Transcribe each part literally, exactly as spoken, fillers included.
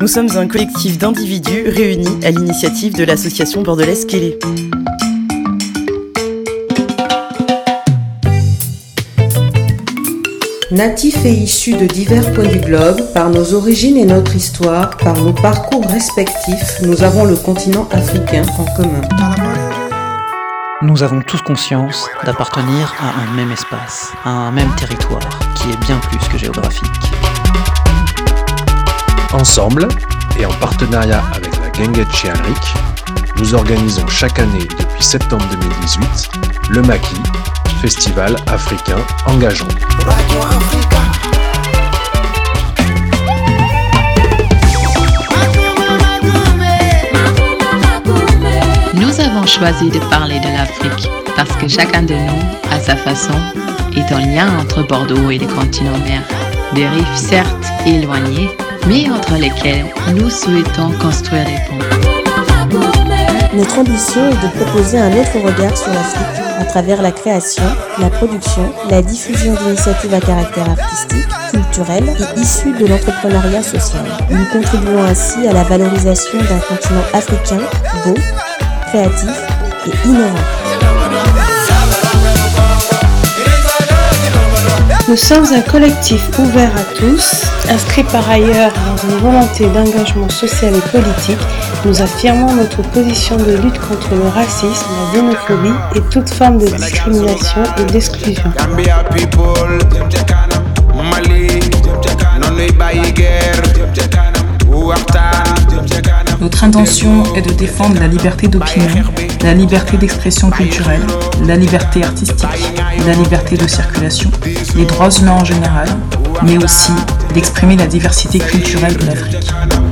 Nous sommes un collectif d'individus réunis à l'initiative de l'association bordelaise Kélé. Natifs et issus de divers points du globe, par nos origines et notre histoire, par nos parcours respectifs, nous avons le continent africain en commun. Nous avons tous conscience d'appartenir à un même espace, à un même territoire, qui est bien plus que géographique. Ensemble, et en partenariat avec la Guinguette chez Alric, nous organisons chaque année depuis septembre deux mille dix-huit le Maquis, Festival africain engageant. Nous avons choisi de parler de l'Afrique parce que chacun de nous, à sa façon, est un lien entre Bordeaux et le continent mère. Des rives certes éloignées, mais entre lesquelles nous souhaitons construire des ponts. Notre ambition est de proposer un autre regard sur l'Afrique à travers la création, la production, la diffusion d'initiatives à caractère artistique, culturel et issues de l'entrepreneuriat social. Nous contribuons ainsi à la valorisation d'un continent africain beau, créatif et innovant. Nous sommes un collectif ouvert à tous, inscrit par ailleurs dans une volonté d'engagement social et politique. Nous affirmons notre position de lutte contre le racisme, la xénophobie et toute forme de discrimination et d'exclusion. Notre intention est de défendre la liberté d'opinion, la liberté d'expression culturelle, la liberté artistique, la liberté de circulation, les droits humains en général, mais aussi d'exprimer la diversité culturelle de l'Afrique.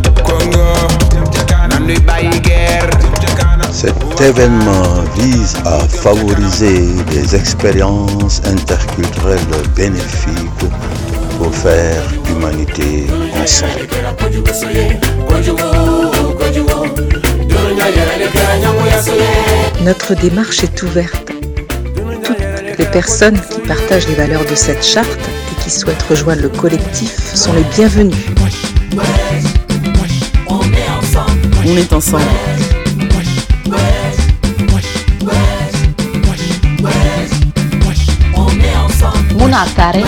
Cet événement vise à favoriser des expériences interculturelles bénéfiques pour faire l'humanité ensemble. Notre démarche est ouverte. Toutes les personnes qui partagent les valeurs de cette charte et qui souhaitent rejoindre le collectif sont les bienvenues. On est ensemble. Munatare.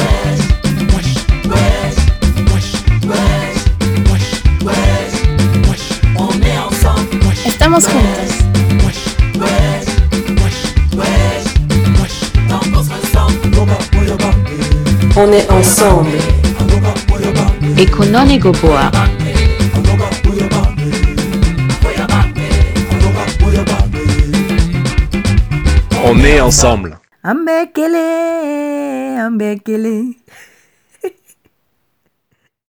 Estamos juntos. On est ensemble. Ekonone Goboa. On est ensemble. Ambekele, ambekele.